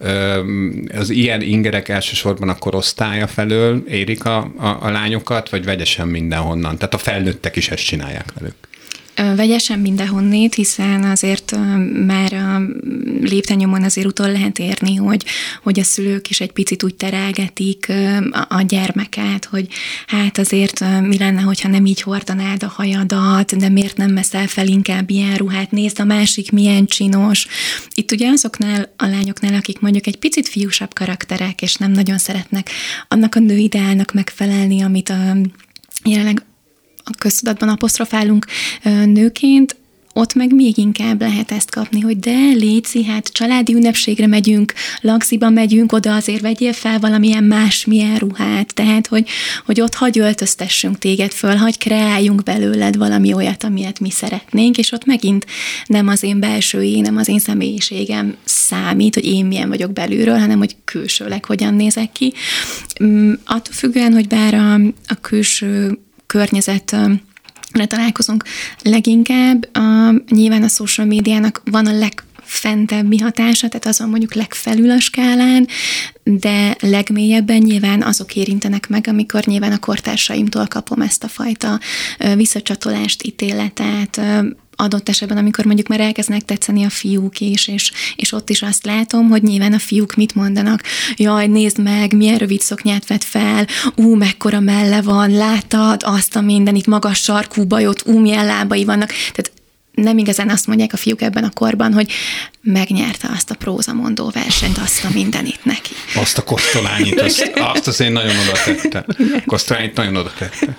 Az ilyen ingerek elsősorban a korosztálya felől érik a, a, a lányokat, vagy vegyesen mindenhonnan? Tehát a felnőttek is ezt csinálják velük. Vegyesen mindenhonnét, hiszen azért már a léptennyomon azért utol lehet érni, hogy, hogy a szülők is egy picit úgy terelgetik a gyermeket, hogy hát azért mi lenne, hogyha nem így hordanád a hajadat, de miért nem veszel fel inkább ilyen ruhát, nézd a másik milyen csinos. Itt ugye azoknál a lányoknál, akik mondjuk egy picit fiúsabb karakterek, és nem nagyon szeretnek annak a nőideálnak megfelelni, amit a jelenleg a köztudatban apostrofálunk nőként, ott meg még inkább lehet ezt kapni, hogy de léci, hát családi ünnepségre megyünk, lagziba megyünk, oda azért vegyél fel valamilyen más, milyen ruhát, tehát, hogy, hogy ott hagy öltöztessünk téged föl, hagy kreáljunk belőled valami olyat, amilyet mi szeretnénk, és ott megint nem az én belső én, nem az én személyiségem számít, hogy én milyen vagyok belülről, hanem hogy külsőleg hogyan nézek ki. Attól függően, hogy bár a, a külső környezet találkozunk leginkább. A, nyilván a social médiának van a legfentebbi hatása, tehát azon mondjuk legfelül a skálán, de legmélyebben nyilván azok érintenek meg, amikor nyilván a kortársaimtól kapom ezt a fajta visszacsatolást, ítéletet, adott esetben, amikor mondjuk már elkezdenek tetszeni a fiúk is, és, és ott is azt látom, hogy nyilván a fiúk mit mondanak. Jaj, nézd meg, milyen rövid szoknyát vett fel, ú, mekkora melle van, látod azt a mindenit, magas sarkú bajot, ú, milyen lábai vannak. Tehát nem igazán azt mondják a fiúk ebben a korban, hogy megnyerte azt a prózamondó versenyt, azt a mindenit neki. Azt a kosztolányit, azt, azt az én nagyon oda tettem. Kosztolányit nagyon oda tettem.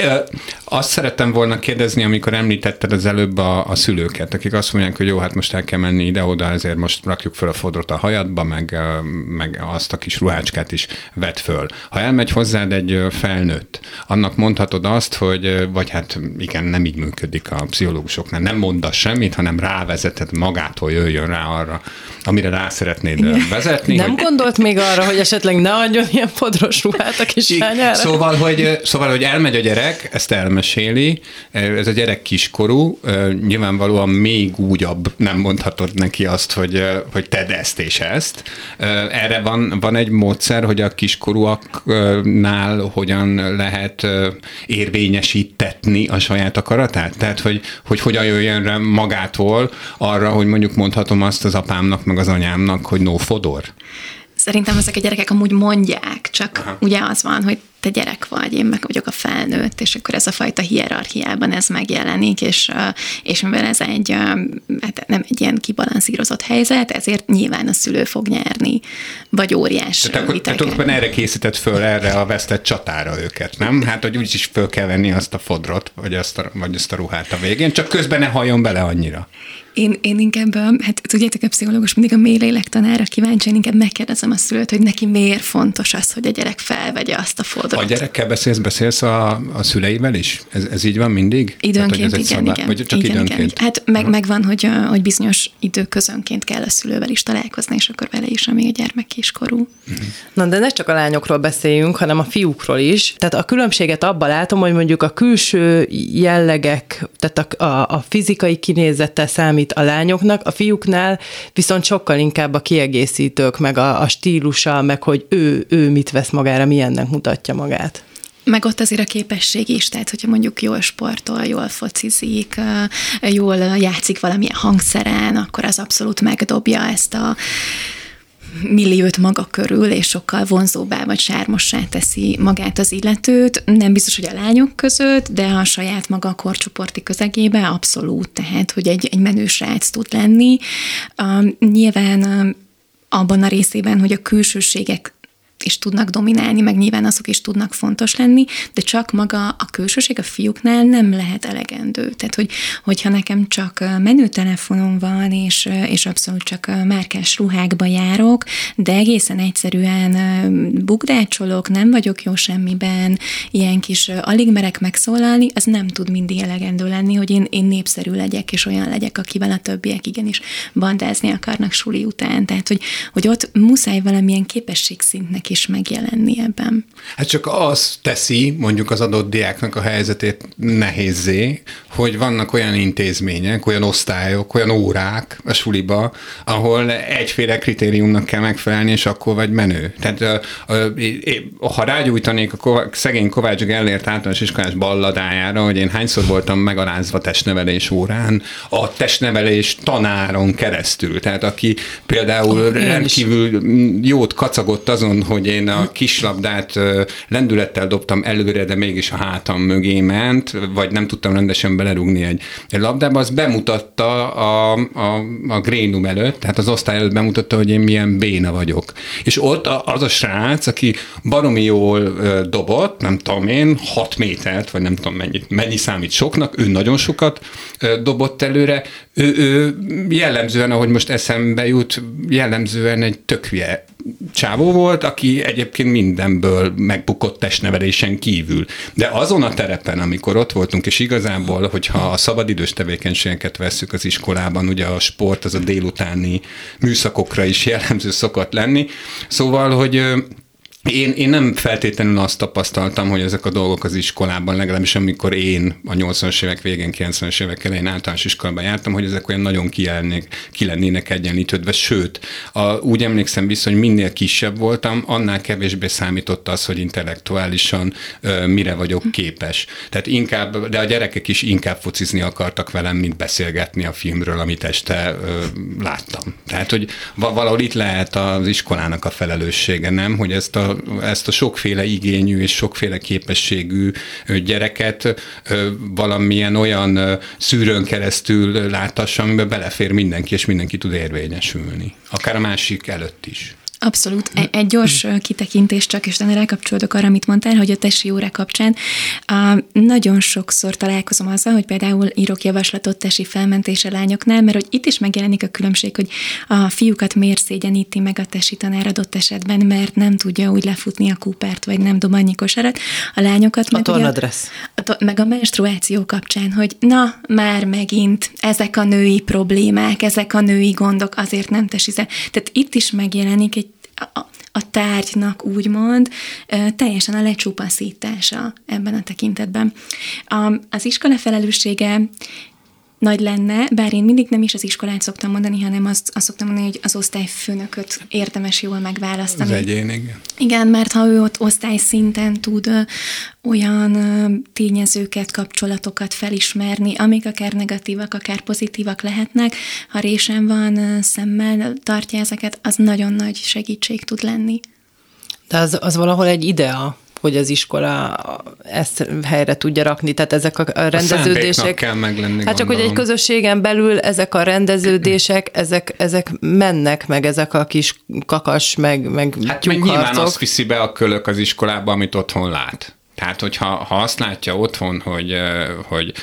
Azt szerettem volna kérdezni, amikor említetted az előbb a, a szülőket, akik azt mondják, hogy jó, hát most el kell menni ide-oda, ezért most rakjuk föl a fodrot a hajadba, meg, meg azt a kis ruhácskát is vedd föl. Ha elmegy hozzád egy felnőtt, annak mondhatod azt, hogy, vagy hát igen, nem így működik a pszichológusoknál, nem mondasz semmit, hanem rávezeted, magától jöjjön rá arra, amire rá szeretnéd igen. vezetni. Nem hogy... gondolt még arra, hogy esetleg ne adjon ilyen fodros ruhát a kislányára? Szóval, hogy, szóval, hogy elmegy a gyerek, ezt elmeséli, ez a gyerek kiskorú, nyilvánvalóan még újabb, nem mondhatod neki azt, hogy, hogy tedd ezt és ezt. Erre van, van egy módszer, hogy a kiskorúaknál hogyan lehet érvényesítetni a saját akaratát? Tehát, hogy, hogy hogyan jöjjön rá magától arra, hogy mondjuk mondhatom azt az apámnak, meg az anyámnak, hogy no fodor? Szerintem ezek a gyerekek amúgy mondják, csak aha. ugye az van, hogy te gyerek vagy, én meg vagyok a felnőtt, és akkor ez a fajta hierarchiában ez megjelenik, és, és mivel ez egy, hát nem egy ilyen kibalanszírozott helyzet, ezért nyilván a szülő fog nyerni, vagy óriás viteket. Tehát akkor erre készített föl, erre a vesztett csatára őket, nem? Hát, hogy úgyis föl kell venni azt a fodrot, vagy azt a, vagy azt a ruhát a végén, csak közben ne halljon bele annyira. Én, én inkább, hát tudjátok, a pszichológus mindig a mély lélektanára kíváncsi, én inkább megkérdezem a szülőt, hogy neki miért fontos az, hogy a gyerek felvegye azt a fodrot. A gyerekkel beszélsz, beszélsz a, a szüleivel is? Ez, ez így van mindig? Időnként, hát, igen, szabály, igen. Vagy csak igen, időnként? Igen. Hát meg, megvan, hogy, hogy bizonyos időközönként kell a szülővel is találkozni, és akkor vele is, amíg a gyermek kiskorú. Uh-huh. Na, de ne csak a lányokról beszéljünk, hanem a fiúkról is. Tehát a különbséget abban látom, hogy mondjuk a külső jellegek, tehát a, a, a fizikai kinézete számít a lányoknak, a fiúknál viszont sokkal inkább a kiegészítők, meg a, a stílusa, meg hogy ő, ő mit vesz magára, milyennek mutatja magát. Meg ott azért a képesség is, tehát hogyha mondjuk jól sportol, jól focizik, jól játszik valamilyen hangszeren, akkor az abszolút megdobja ezt a milliót maga körül, és sokkal vonzóbbá vagy sármossá teszi magát az illetőt. Nem biztos, hogy a lányok között, de a saját maga a korcsoporti közegében abszolút, tehát, hogy egy, egy menő srác tud lenni. Uh, nyilván uh, abban a részében, hogy a külsőségek is tudnak dominálni, meg nyilván azok is tudnak fontos lenni, de csak maga a külsőség a fiúknál nem lehet elegendő. Tehát, hogy, hogyha nekem csak menütelefonom van, és, és abszolút csak márkás ruhákba járok, de egészen egyszerűen bugdácsolok, nem vagyok jó semmiben, ilyen kis alig merek megszólalni, az nem tud mindig elegendő lenni, hogy én, én népszerű legyek, és olyan legyek, akivel a többiek igenis bandázni akarnak suli után. Tehát, hogy, hogy ott muszáj valamilyen képességszintnek is megjelenni ebben. Hát csak az teszi mondjuk az adott diáknak a helyzetét nehézzé, hogy vannak olyan intézmények, olyan osztályok, olyan órák a suliba, ahol egyféle kritériumnak kell megfelelni, és akkor vagy menő. Tehát ha rágyújtanék a szegény Kovács Gellért általános iskolás balladájára, hogy én hányszor voltam megalázva testnevelés órán, a testnevelés tanáron keresztül. Tehát aki például oh, rendkívül jót kacagott azon, hogy én a kislabdát lendülettel dobtam előre, de mégis a hátam mögé ment, vagy nem tudtam rendesen belerúgni egy, egy labdába, az bemutatta a, a, a grénum előtt, tehát az osztály előtt bemutatta, hogy én milyen béna vagyok. És ott az a srác, aki baromi jól dobott, nem tudom én, hat métert, vagy nem tudom mennyi, mennyi számít soknak, ő nagyon sokat dobott előre, ő, ő jellemzően, ahogy most eszembe jut, jellemzően egy tök hülye csávó volt, aki egyébként mindenből megbukott testnevelésen kívül. De azon a terepen, amikor ott voltunk, és igazából, hogyha a szabadidős tevékenységeket vesszük az iskolában, ugye a sport az a délutáni műszakokra is jellemző szokott lenni, szóval, hogy Én, én nem feltétlenül azt tapasztaltam, hogy ezek a dolgok az iskolában, legalábbis amikor én a nyolcvanas évek végén, kilencvenes évek elején általános iskolában jártam, hogy ezek olyan nagyon kielnék, ki lennének egyenlítődve, sőt, a, úgy emlékszem vissza, hogy minél kisebb voltam, annál kevésbé számított az, hogy intellektuálisan ö, mire vagyok képes. Tehát inkább, de a gyerekek is inkább focizni akartak velem, mint beszélgetni a filmről, amit este ö, láttam. Tehát, hogy valahol itt lehet az iskolának a felelőssége, nem? Hogy ezt a ezt a sokféle igényű és sokféle képességű gyereket valamilyen olyan szűrőn keresztül látassa, amiben belefér mindenki, és mindenki tud érvényesülni. Akár a másik előtt is. Abszolút. Egy gyors kitekintés csak, és utána rákapcsolódok arra, amit mondtál, hogy a tesi óra kapcsán uh, nagyon sokszor találkozom azzal, hogy például írok javaslatot tesi felmentése lányoknál, mert hogy itt is megjelenik a különbség, hogy a fiúkat miért szégyeníti meg a tesi tanár adott esetben, mert nem tudja úgy lefutni a Coopert, vagy nem dob annyi kosarat. A lányokat a meg tornadressz. A, meg a menstruáció kapcsán, hogy na, már megint ezek a női problémák, ezek a női gondok, azért nem tesizel. Tehát itt is megjelenik egy A, a tárgynak úgymond teljesen a lecsupaszítása ebben a tekintetben. A, az iskola felelőssége nagy lenne, bár én mindig nem is az iskolát szoktam mondani, hanem azt, azt szoktam mondani, hogy az osztályfőnököt érdemes jól megválasztani. Az egyén, igen. Igen, mert ha ő ott osztályszinten tud ö, olyan ö, tényezőket, kapcsolatokat felismerni, amik akár negatívak, akár pozitívak lehetnek, ha résen van, ö, szemmel tartja ezeket, az nagyon nagy segítség tud lenni. De az, az valahol egy idea, hogy az iskola ezt helyre tudja rakni, tehát ezek a rendeződések. kell meglenni, hát csak, gondolom. hogy egy közösségen belül ezek a rendeződések, ezek, ezek mennek, meg ezek a kis kakas, meg, meg hát tyúkharcok. Nyilván azt viszi be a kölök az iskolába, amit otthon lát. Tehát, hogyha ha azt látja otthon, hogy, hogy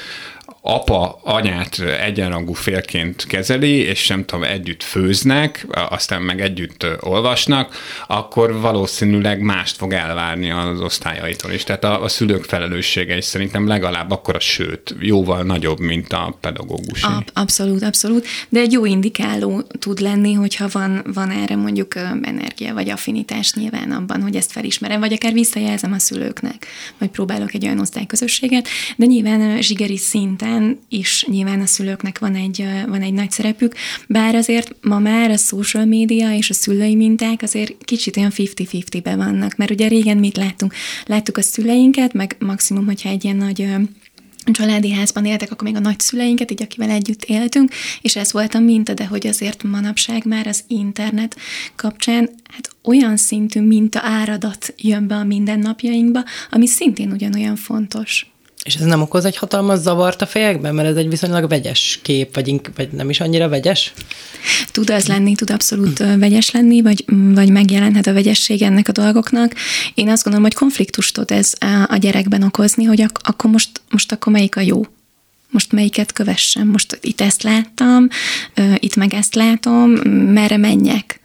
apa anyát egyenrangú félként kezeli, és nem tudom, együtt főznek, aztán meg együtt olvasnak, akkor valószínűleg mást fog elvárni az osztályaitól is. Tehát a, a szülők felelőssége is szerintem legalább akkora, sőt, jóval nagyobb, mint a pedagógusé. Ab, abszolút, abszolút. De egy jó indikáló tud lenni, hogyha van, van erre mondjuk energia vagy affinitás nyilván abban, hogy ezt felismerem, vagy akár visszajelzem a szülőknek, vagy próbálok egy olyan osztályközösséget, de nyilván zsigeri szinten is nyilván a szülőknek van egy, van egy nagy szerepük, bár azért ma már a social media és a szülői minták azért kicsit olyan fifty-fifty-ben vannak, mert ugye régen mit láttunk? Láttuk a szüleinket, meg maximum, hogyha egy ilyen nagy családi házban éltek, akkor még a nagyszüleinket, így akivel együtt éltünk, és ez volt a minta, de hogy azért manapság már az internet kapcsán hát olyan szintű minta áradat jön be a mindennapjainkba, ami szintén ugyanolyan fontos. És ez nem okoz egy hatalmas zavart a fejekben, mert ez egy viszonylag vegyes kép, vagy, ink, vagy nem is annyira vegyes? Tud az lenni, tud abszolút vegyes lenni, vagy, vagy megjelenhet a vegyesség ennek a dolgoknak. Én azt gondolom, hogy konfliktust tud ez a gyerekben okozni, hogy ak- akkor most, most akkor melyik a jó? Most melyiket kövessem? Most itt ezt láttam, itt meg ezt látom, merre menjek?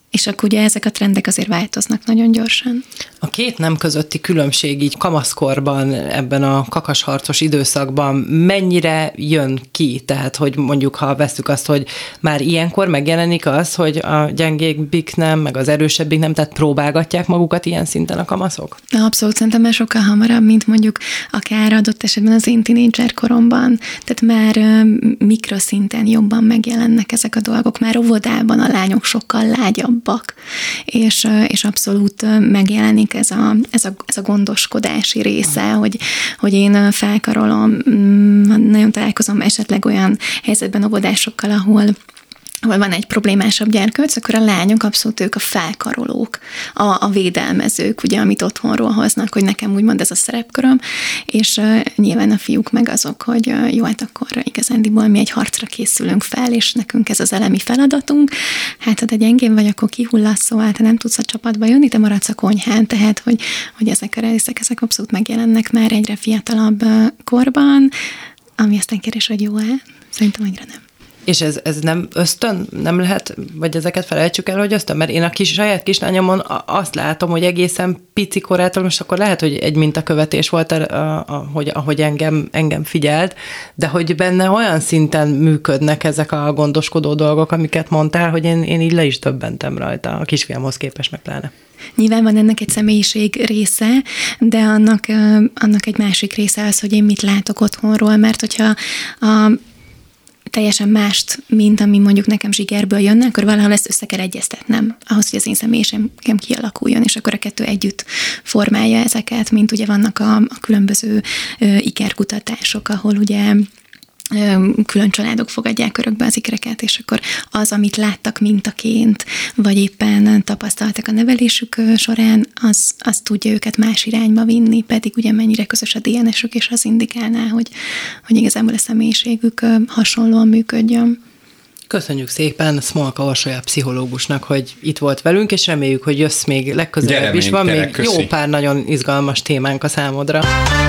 És akkor ugye ezek a trendek azért változnak nagyon gyorsan. A két nem közötti különbség így kamaszkorban, ebben a kakasharcos időszakban mennyire jön ki? Tehát, hogy mondjuk, ha veszük azt, hogy már ilyenkor megjelenik az, hogy a gyengébbik nem, meg az erősebbik nem, tehát próbálgatják magukat ilyen szinten a kamaszok? De abszolút szerintem már sokkal hamarabb, mint mondjuk akár adott esetben az én tínédzser koromban. Tehát már mikroszinten jobban megjelennek ezek a dolgok. Már óvodában a lányok sokkal lágyabbak, és, és abszolút megjelenik ez a, ez a, ez a gondoskodási része, hogy, hogy én felkarolom, nagyon találkozom esetleg olyan helyzetben óvodásokkal, ahol ahol van egy problémásabb gyerkőc, akkor a lányok abszolút ők a felkarolók, a, a védelmezők, ugye, amit otthonról hoznak, hogy nekem úgymond ez a szerepköröm, és uh, nyilván a fiúk meg azok, hogy uh, jó, hát akkor igazándiból mi egy harcra készülünk fel, és nekünk ez az elemi feladatunk. Hát, ha te gyengén vagy, akkor kihullasz, szóval te nem tudsz a csapatba jönni, te maradsz a konyhán, tehát, hogy, hogy ezek a részek, ezek abszolút megjelennek már egyre fiatalabb uh, korban, ami aztán kérdés, hogy jó-e? Szerintem egyre nem. És ez, ez nem ösztön? Nem lehet, vagy ezeket felejtsük el, hogy ösztön? Mert én a kis, saját kislányomon azt látom, hogy egészen pici korától, most akkor lehet, hogy egy mintakövetés volt, a, a, a, hogy, ahogy engem, engem figyelt, de hogy benne olyan szinten működnek ezek a gondoskodó dolgok, amiket mondtál, hogy én, én így le is döbbentem rajta, a kisfiamhoz képest meg pláne. Nyilván van ennek egy személyiség része, de annak, annak egy másik része az, hogy én mit látok otthonról, mert hogyha a teljesen mást, mint ami mondjuk nekem zsigerből jönne, akkor valahol ezt össze kell egyeztetnem, ahhoz, hogy az én személyiségem kialakuljon, és akkor a kettő együtt formálja ezeket, mint ugye vannak a, a különböző ö, ikerkutatások, ahol ugye külön családok fogadják örökbe az ikreket, és akkor az, amit láttak mintaként, vagy éppen tapasztaltak a nevelésük során, az, az tudja őket más irányba vinni, pedig ugye mennyire közös a dé en es-ük, és az indikálná, hogy, hogy igazából a személyiségük hasonlóan működjön. Köszönjük szépen Smolka Orsolya pszichológusnak, hogy itt volt velünk, és reméljük, hogy jössz még legközelebb is. Van még köszi. Jó pár nagyon izgalmas témánk a számodra.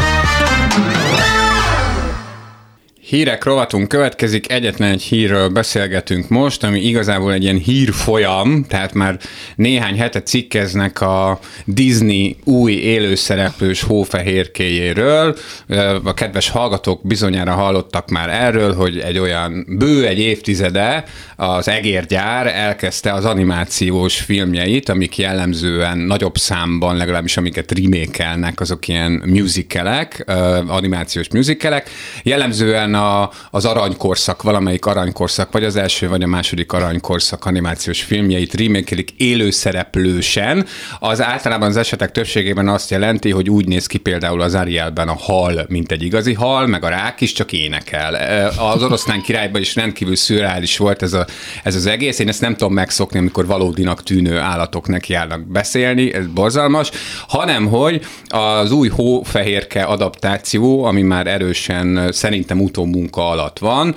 Hírek rovatunk következik, egyetlen egy hírről beszélgetünk most, ami igazából egy ilyen hírfolyam, tehát már néhány hete cikkeznek a Disney új élőszereplős hófehérkéjéről. A kedves hallgatók bizonyára hallottak már erről, hogy egy olyan bő egy évtizede az Egérgyár elkezdte az animációs filmjeit, amik jellemzően nagyobb számban, legalábbis amiket remake-elnek, azok ilyen musicalek, animációs musicalek. Jellemzően A, az aranykorszak, valamelyik aranykorszak, vagy az első, vagy a második aranykorszak animációs filmjeit remake-elik élőszereplősen. Az általában az esetek többségében azt jelenti, hogy úgy néz ki például az Arielben a hal, mint egy igazi hal, meg a rák is csak énekel. Az Oroszlán királyban is rendkívül szürreális volt ez, a, ez az egész. Én ezt nem tudom megszokni, amikor valódinak tűnő állatok nekiállnak beszélni, ez borzalmas, hanem hogy az új hófehérke adaptáció, ami már erősen szerintem utó munka alatt van,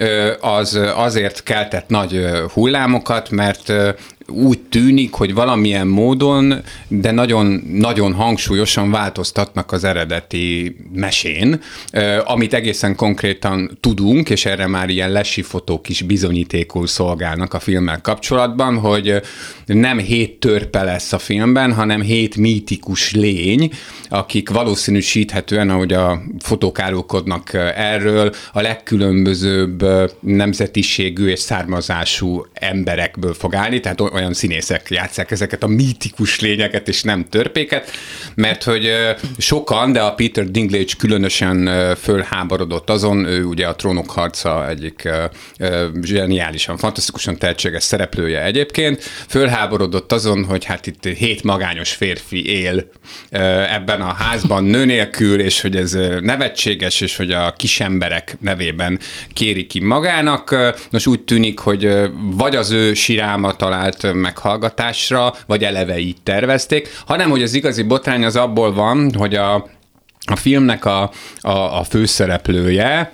az azért keltett nagy hullámokat, mert úgy tűnik, hogy valamilyen módon, de nagyon, nagyon hangsúlyosan változtatnak az eredeti mesén, amit egészen konkrétan tudunk, és erre már ilyen lesi fotók is bizonyítékul szolgálnak a filmmel kapcsolatban, hogy nem hét törpe lesz a filmben, hanem hét mítikus lény, akik valószínűsíthetően, ahogy a fotók árulkodnak erről, a legkülönbözőbb nemzetiségű és származású emberekből fog állni, tehát olyan színészek játsszák ezeket a mítikus lényeket, és nem törpéket, mert hogy sokan, de a Peter Dinklage különösen fölháborodott azon, ő ugye a Trónok harca egyik zseniálisan, fantasztikusan tehetséges szereplője egyébként, fölháborodott azon, hogy hát itt hét magányos férfi él ebben a házban nő nélkül, és hogy ez nevetséges, és hogy a kisemberek nevében kéri ki magának. Nos, úgy tűnik, hogy vagy az ő siráma talált meghallgatásra, vagy eleve így tervezték, hanem hogy az igazi botrány az abból van, hogy a, a filmnek a, a, a főszereplője,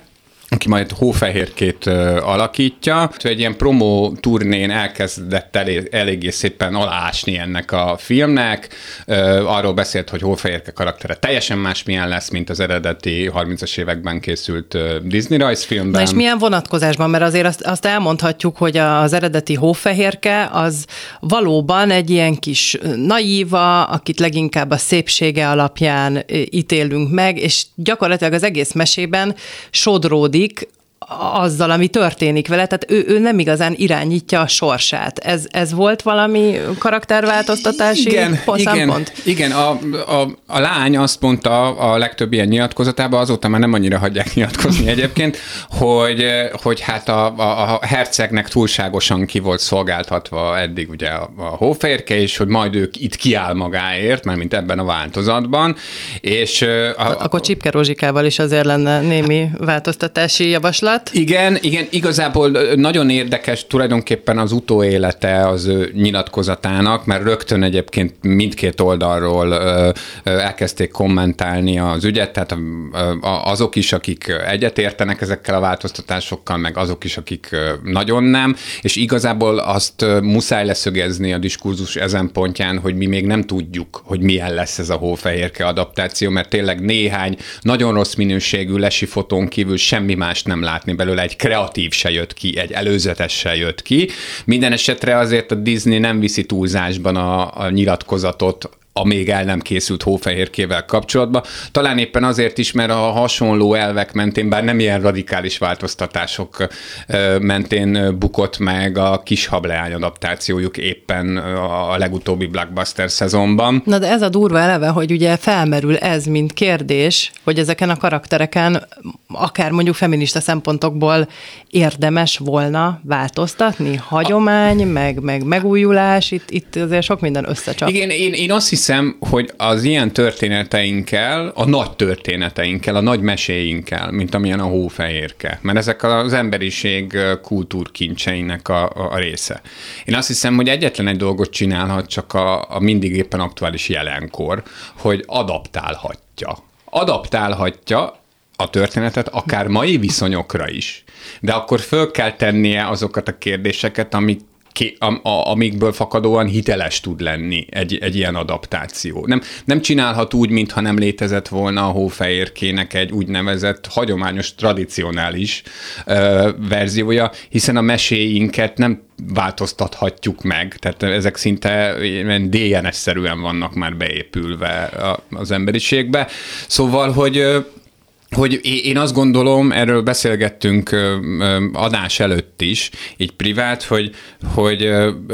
aki majd Hófehérkét alakítja. Egy ilyen promó turnén elkezdett elég, eléggé szépen aláásni ennek a filmnek. Arról beszélt, hogy Hófehérke karaktere teljesen másmilyen lesz, mint az eredeti harmincas években készült Disney rajzfilmben. Na és milyen vonatkozásban? Mert azért azt, azt elmondhatjuk, hogy az eredeti Hófehérke az valóban egy ilyen kis naíva, akit leginkább a szépsége alapján ítélünk meg, és gyakorlatilag az egész mesében sodródik azzal, ami történik vele, tehát ő, ő nem igazán irányítja a sorsát. Ez, ez volt valami karakterváltoztatási igen, szempont? Igen, igen. A, a, a lány azt mondta a legtöbb ilyen nyilatkozatában, azóta már nem annyira hagyják nyilatkozni egyébként, hogy, hogy hát a, a, a hercegnek túlságosan ki volt szolgáltatva eddig ugye a, a Hófehérke, és hogy majd ők itt kiáll magáért, mármint ebben a változatban, és... A, Akkor Csipke Rózsikával is azért lenne némi változtatási javaslat. Igen, igen, igazából nagyon érdekes tulajdonképpen az utóélete az ő nyilatkozatának, mert rögtön egyébként mindkét oldalról ö, ö, elkezdték kommentálni az ügyet, tehát azok is, akik egyetértenek ezekkel a változtatásokkal, meg azok is, akik nagyon nem, és igazából azt muszáj leszögezni a diskurzus ezen pontján, hogy mi még nem tudjuk, hogy milyen lesz ez a Hófehérke adaptáció, mert tényleg néhány nagyon rossz minőségű lesi fotón kívül semmi más nem látni belőle, egy kreatív se jött ki, egy előzetes se jött ki. Minden esetre azért a Disney nem viszi túlzásban a, a nyilatkozatot a még el nem készült Hófehérkével kapcsolatban. Talán éppen azért is, mert a hasonló elvek mentén, bár nem ilyen radikális változtatások mentén bukott meg a Kis hableány adaptációjuk éppen a legutóbbi blockbuster szezonban. Na de ez a durva eleve, hogy ugye felmerül ez, mint kérdés, hogy ezeken a karaktereken akár mondjuk feminista szempontokból érdemes volna változtatni? Hagyomány, meg, meg megújulás, itt, itt azért sok minden összecsap. Igen, én, én azt hiszem, hogy az ilyen történeteinkkel, a nagy történeteinkkel, a nagy meséinkkel, mint amilyen a Hófehérke, mert ezek az emberiség kultúrkincseinek a, a része. Én azt hiszem, hogy egyetlen egy dolgot csinálhat csak a, a mindig éppen aktuális jelenkor, hogy adaptálhatja. Adaptálhatja a történetet akár mai viszonyokra is, de akkor föl kell tennie azokat a kérdéseket, amik amikből fakadóan hiteles tud lenni egy, egy ilyen adaptáció. Nem, nem csinálhat úgy, mintha nem létezett volna a Hófehérkének egy úgynevezett hagyományos, tradicionális ö, verziója, hiszen a meséinket nem változtathatjuk meg, tehát ezek szinte dé en es-szerűen vannak már beépülve az emberiségbe. Szóval, hogy hogy én azt gondolom, erről beszélgettünk adás előtt is, így privát, hogy, hogy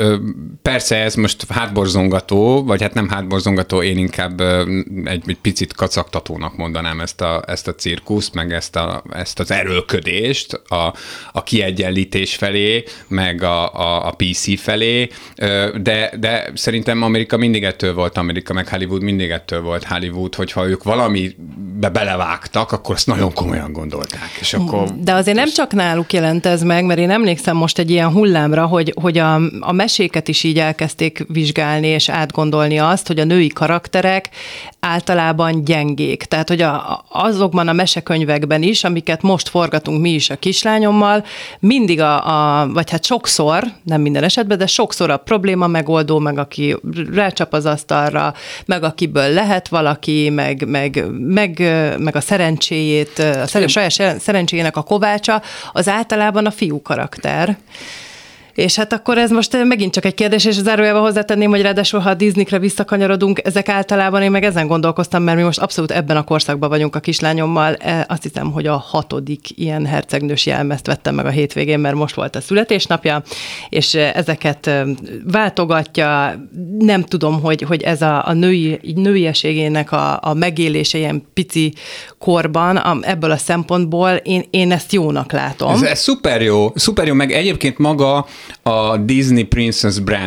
persze ez most hátborzongató, vagy hát nem hátborzongató, én inkább egy, egy picit kacagtatónak mondanám ezt a, ezt a cirkuszt, meg ezt, a, ezt az erőlködést a, a kiegyenlítés felé, meg a, a, a pé cé felé, de, de szerintem Amerika mindig ettől volt Amerika, meg Hollywood mindig ettől volt Hollywood, hogyha ők valamibe belevágtak, akkor azt nagyon komolyan gondolták. És akkor... De azért nem csak náluk jelent ez meg, mert én emlékszem most egy ilyen hullámra, hogy, hogy a, a meséket is így elkezdték vizsgálni és átgondolni azt, hogy a női karakterek általában gyengék. Tehát, hogy a, azokban a mesekönyvekben is, amiket most forgatunk mi is a kislányommal, mindig a, a, vagy hát sokszor, nem minden esetben, de sokszor a probléma megoldó, meg aki rácsap az asztalra, meg akiből lehet valaki, meg, meg, meg, meg a szerencséjét, a saját szerencséjének a kovácsa, az általában a fiú karakter. És hát akkor ez most megint csak egy kérdés, és zárójelben hozzátenném, hogy ráadásul, ha a Disneyre visszakanyarodunk, ezek általában, én meg ezen gondolkoztam, mert mi most abszolút ebben a korszakban vagyunk a kislányommal. Azt hiszem, hogy a hatodik ilyen hercegnős jelmezt vettem meg a hétvégén, mert most volt a születésnapja, és ezeket váltogatja. Nem tudom, hogy, hogy ez a, a női, nőieségének a, a megélése ilyen pici korban, a, ebből a szempontból én, én ezt jónak látom. Ez, ez szuper jó, szuper jó, meg egyébként maga a Disney Princess brand,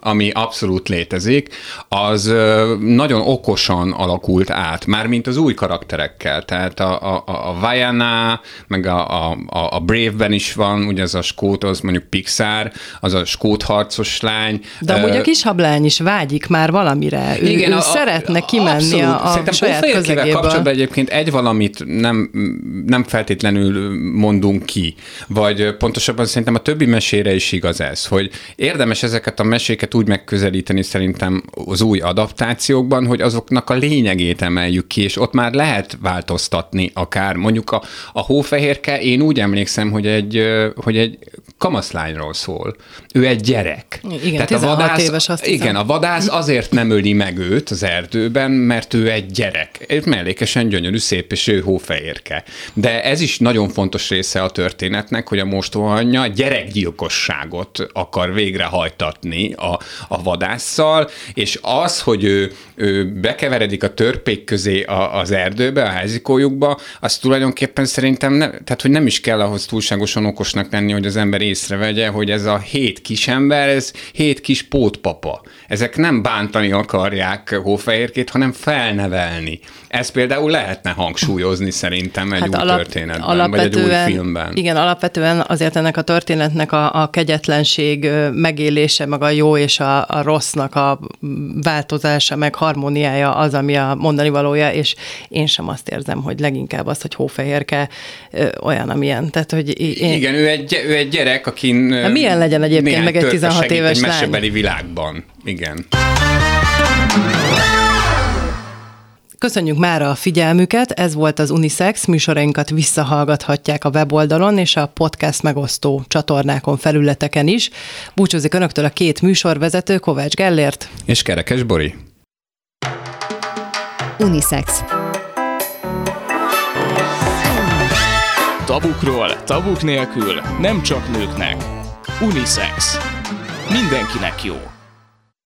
ami abszolút létezik, az ö, nagyon okosan alakult át, mármint az új karakterekkel. Tehát a, a, a Vaiana, meg a, a, a Brave-ben is van, ugye az a skót, az mondjuk Pixar, az a skót harcos lány. De amúgy a kis hablány is vágyik már valamire. Ő, Igen, ő a, szeretne kimenni a, a, a saját közegéből. Kapcsolatban egyébként egy valamit nem, nem feltétlenül mondunk ki, vagy pontosabban szerintem a többi mesére is igaz ez, hogy érdemes ezeket a meséket úgy megközelíteni szerintem az új adaptációkban, hogy azoknak a lényegét emeljük ki, és ott már lehet változtatni akár. Mondjuk a, a Hófehérke, én úgy emlékszem, hogy egy, hogy egy kamaszlányról szól. Ő egy gyerek. Igen, tehát tizenhat a vadász, éves, azt igen, a vadász azért nem öli meg őt az erdőben, mert ő egy gyerek. Ő mellékesen gyönyörű, szép, és ő Hófehérke. De ez is nagyon fontos része a történetnek, hogy a mostohaanyja gyerekgyilkosságot akar végrehajtatni a, a vadásszal, és az, hogy ő, ő bekeveredik a törpék közé a, az erdőbe, a házikójukba, az tulajdonképpen szerintem, ne, tehát hogy nem is kell ahhoz túlságosan okosnak lenni, hogy az ember észrevegye, hogy ez a hét kisember, ez hét kis pótpapa. Ezek nem bántani akarják Hófehérkét, hanem felnevelni. Ez például lehetne hangsúlyozni szerintem egy hát új alap, történetben, vagy egy új filmben. Igen, alapvetően azért ennek a történetnek a, a kegyetlenség megélése, meg a jó és a, a rossznak a változása, meg harmóniája az, ami a mondani valója, és én sem azt érzem, hogy leginkább az, hogy Hófehérke olyan, amilyen. Tehát, hogy én... Igen, ő egy, ő egy gyerek, akin... Na, milyen legyen egyébként meg egy tizenhat éves lány? Egy mesebeli világban. Igen. Köszönjük mára a figyelmüket, ez volt az Unisex, műsorainkat visszahallgathatják a weboldalon és a podcast megosztó csatornákon, felületeken is. Búcsúzik önöktől a két műsorvezető, Kovács Gellért és Kerekes Bori. Unisex. Tabukról, tabuk nélkül, nem csak nőknek. Unisex. Mindenkinek jó.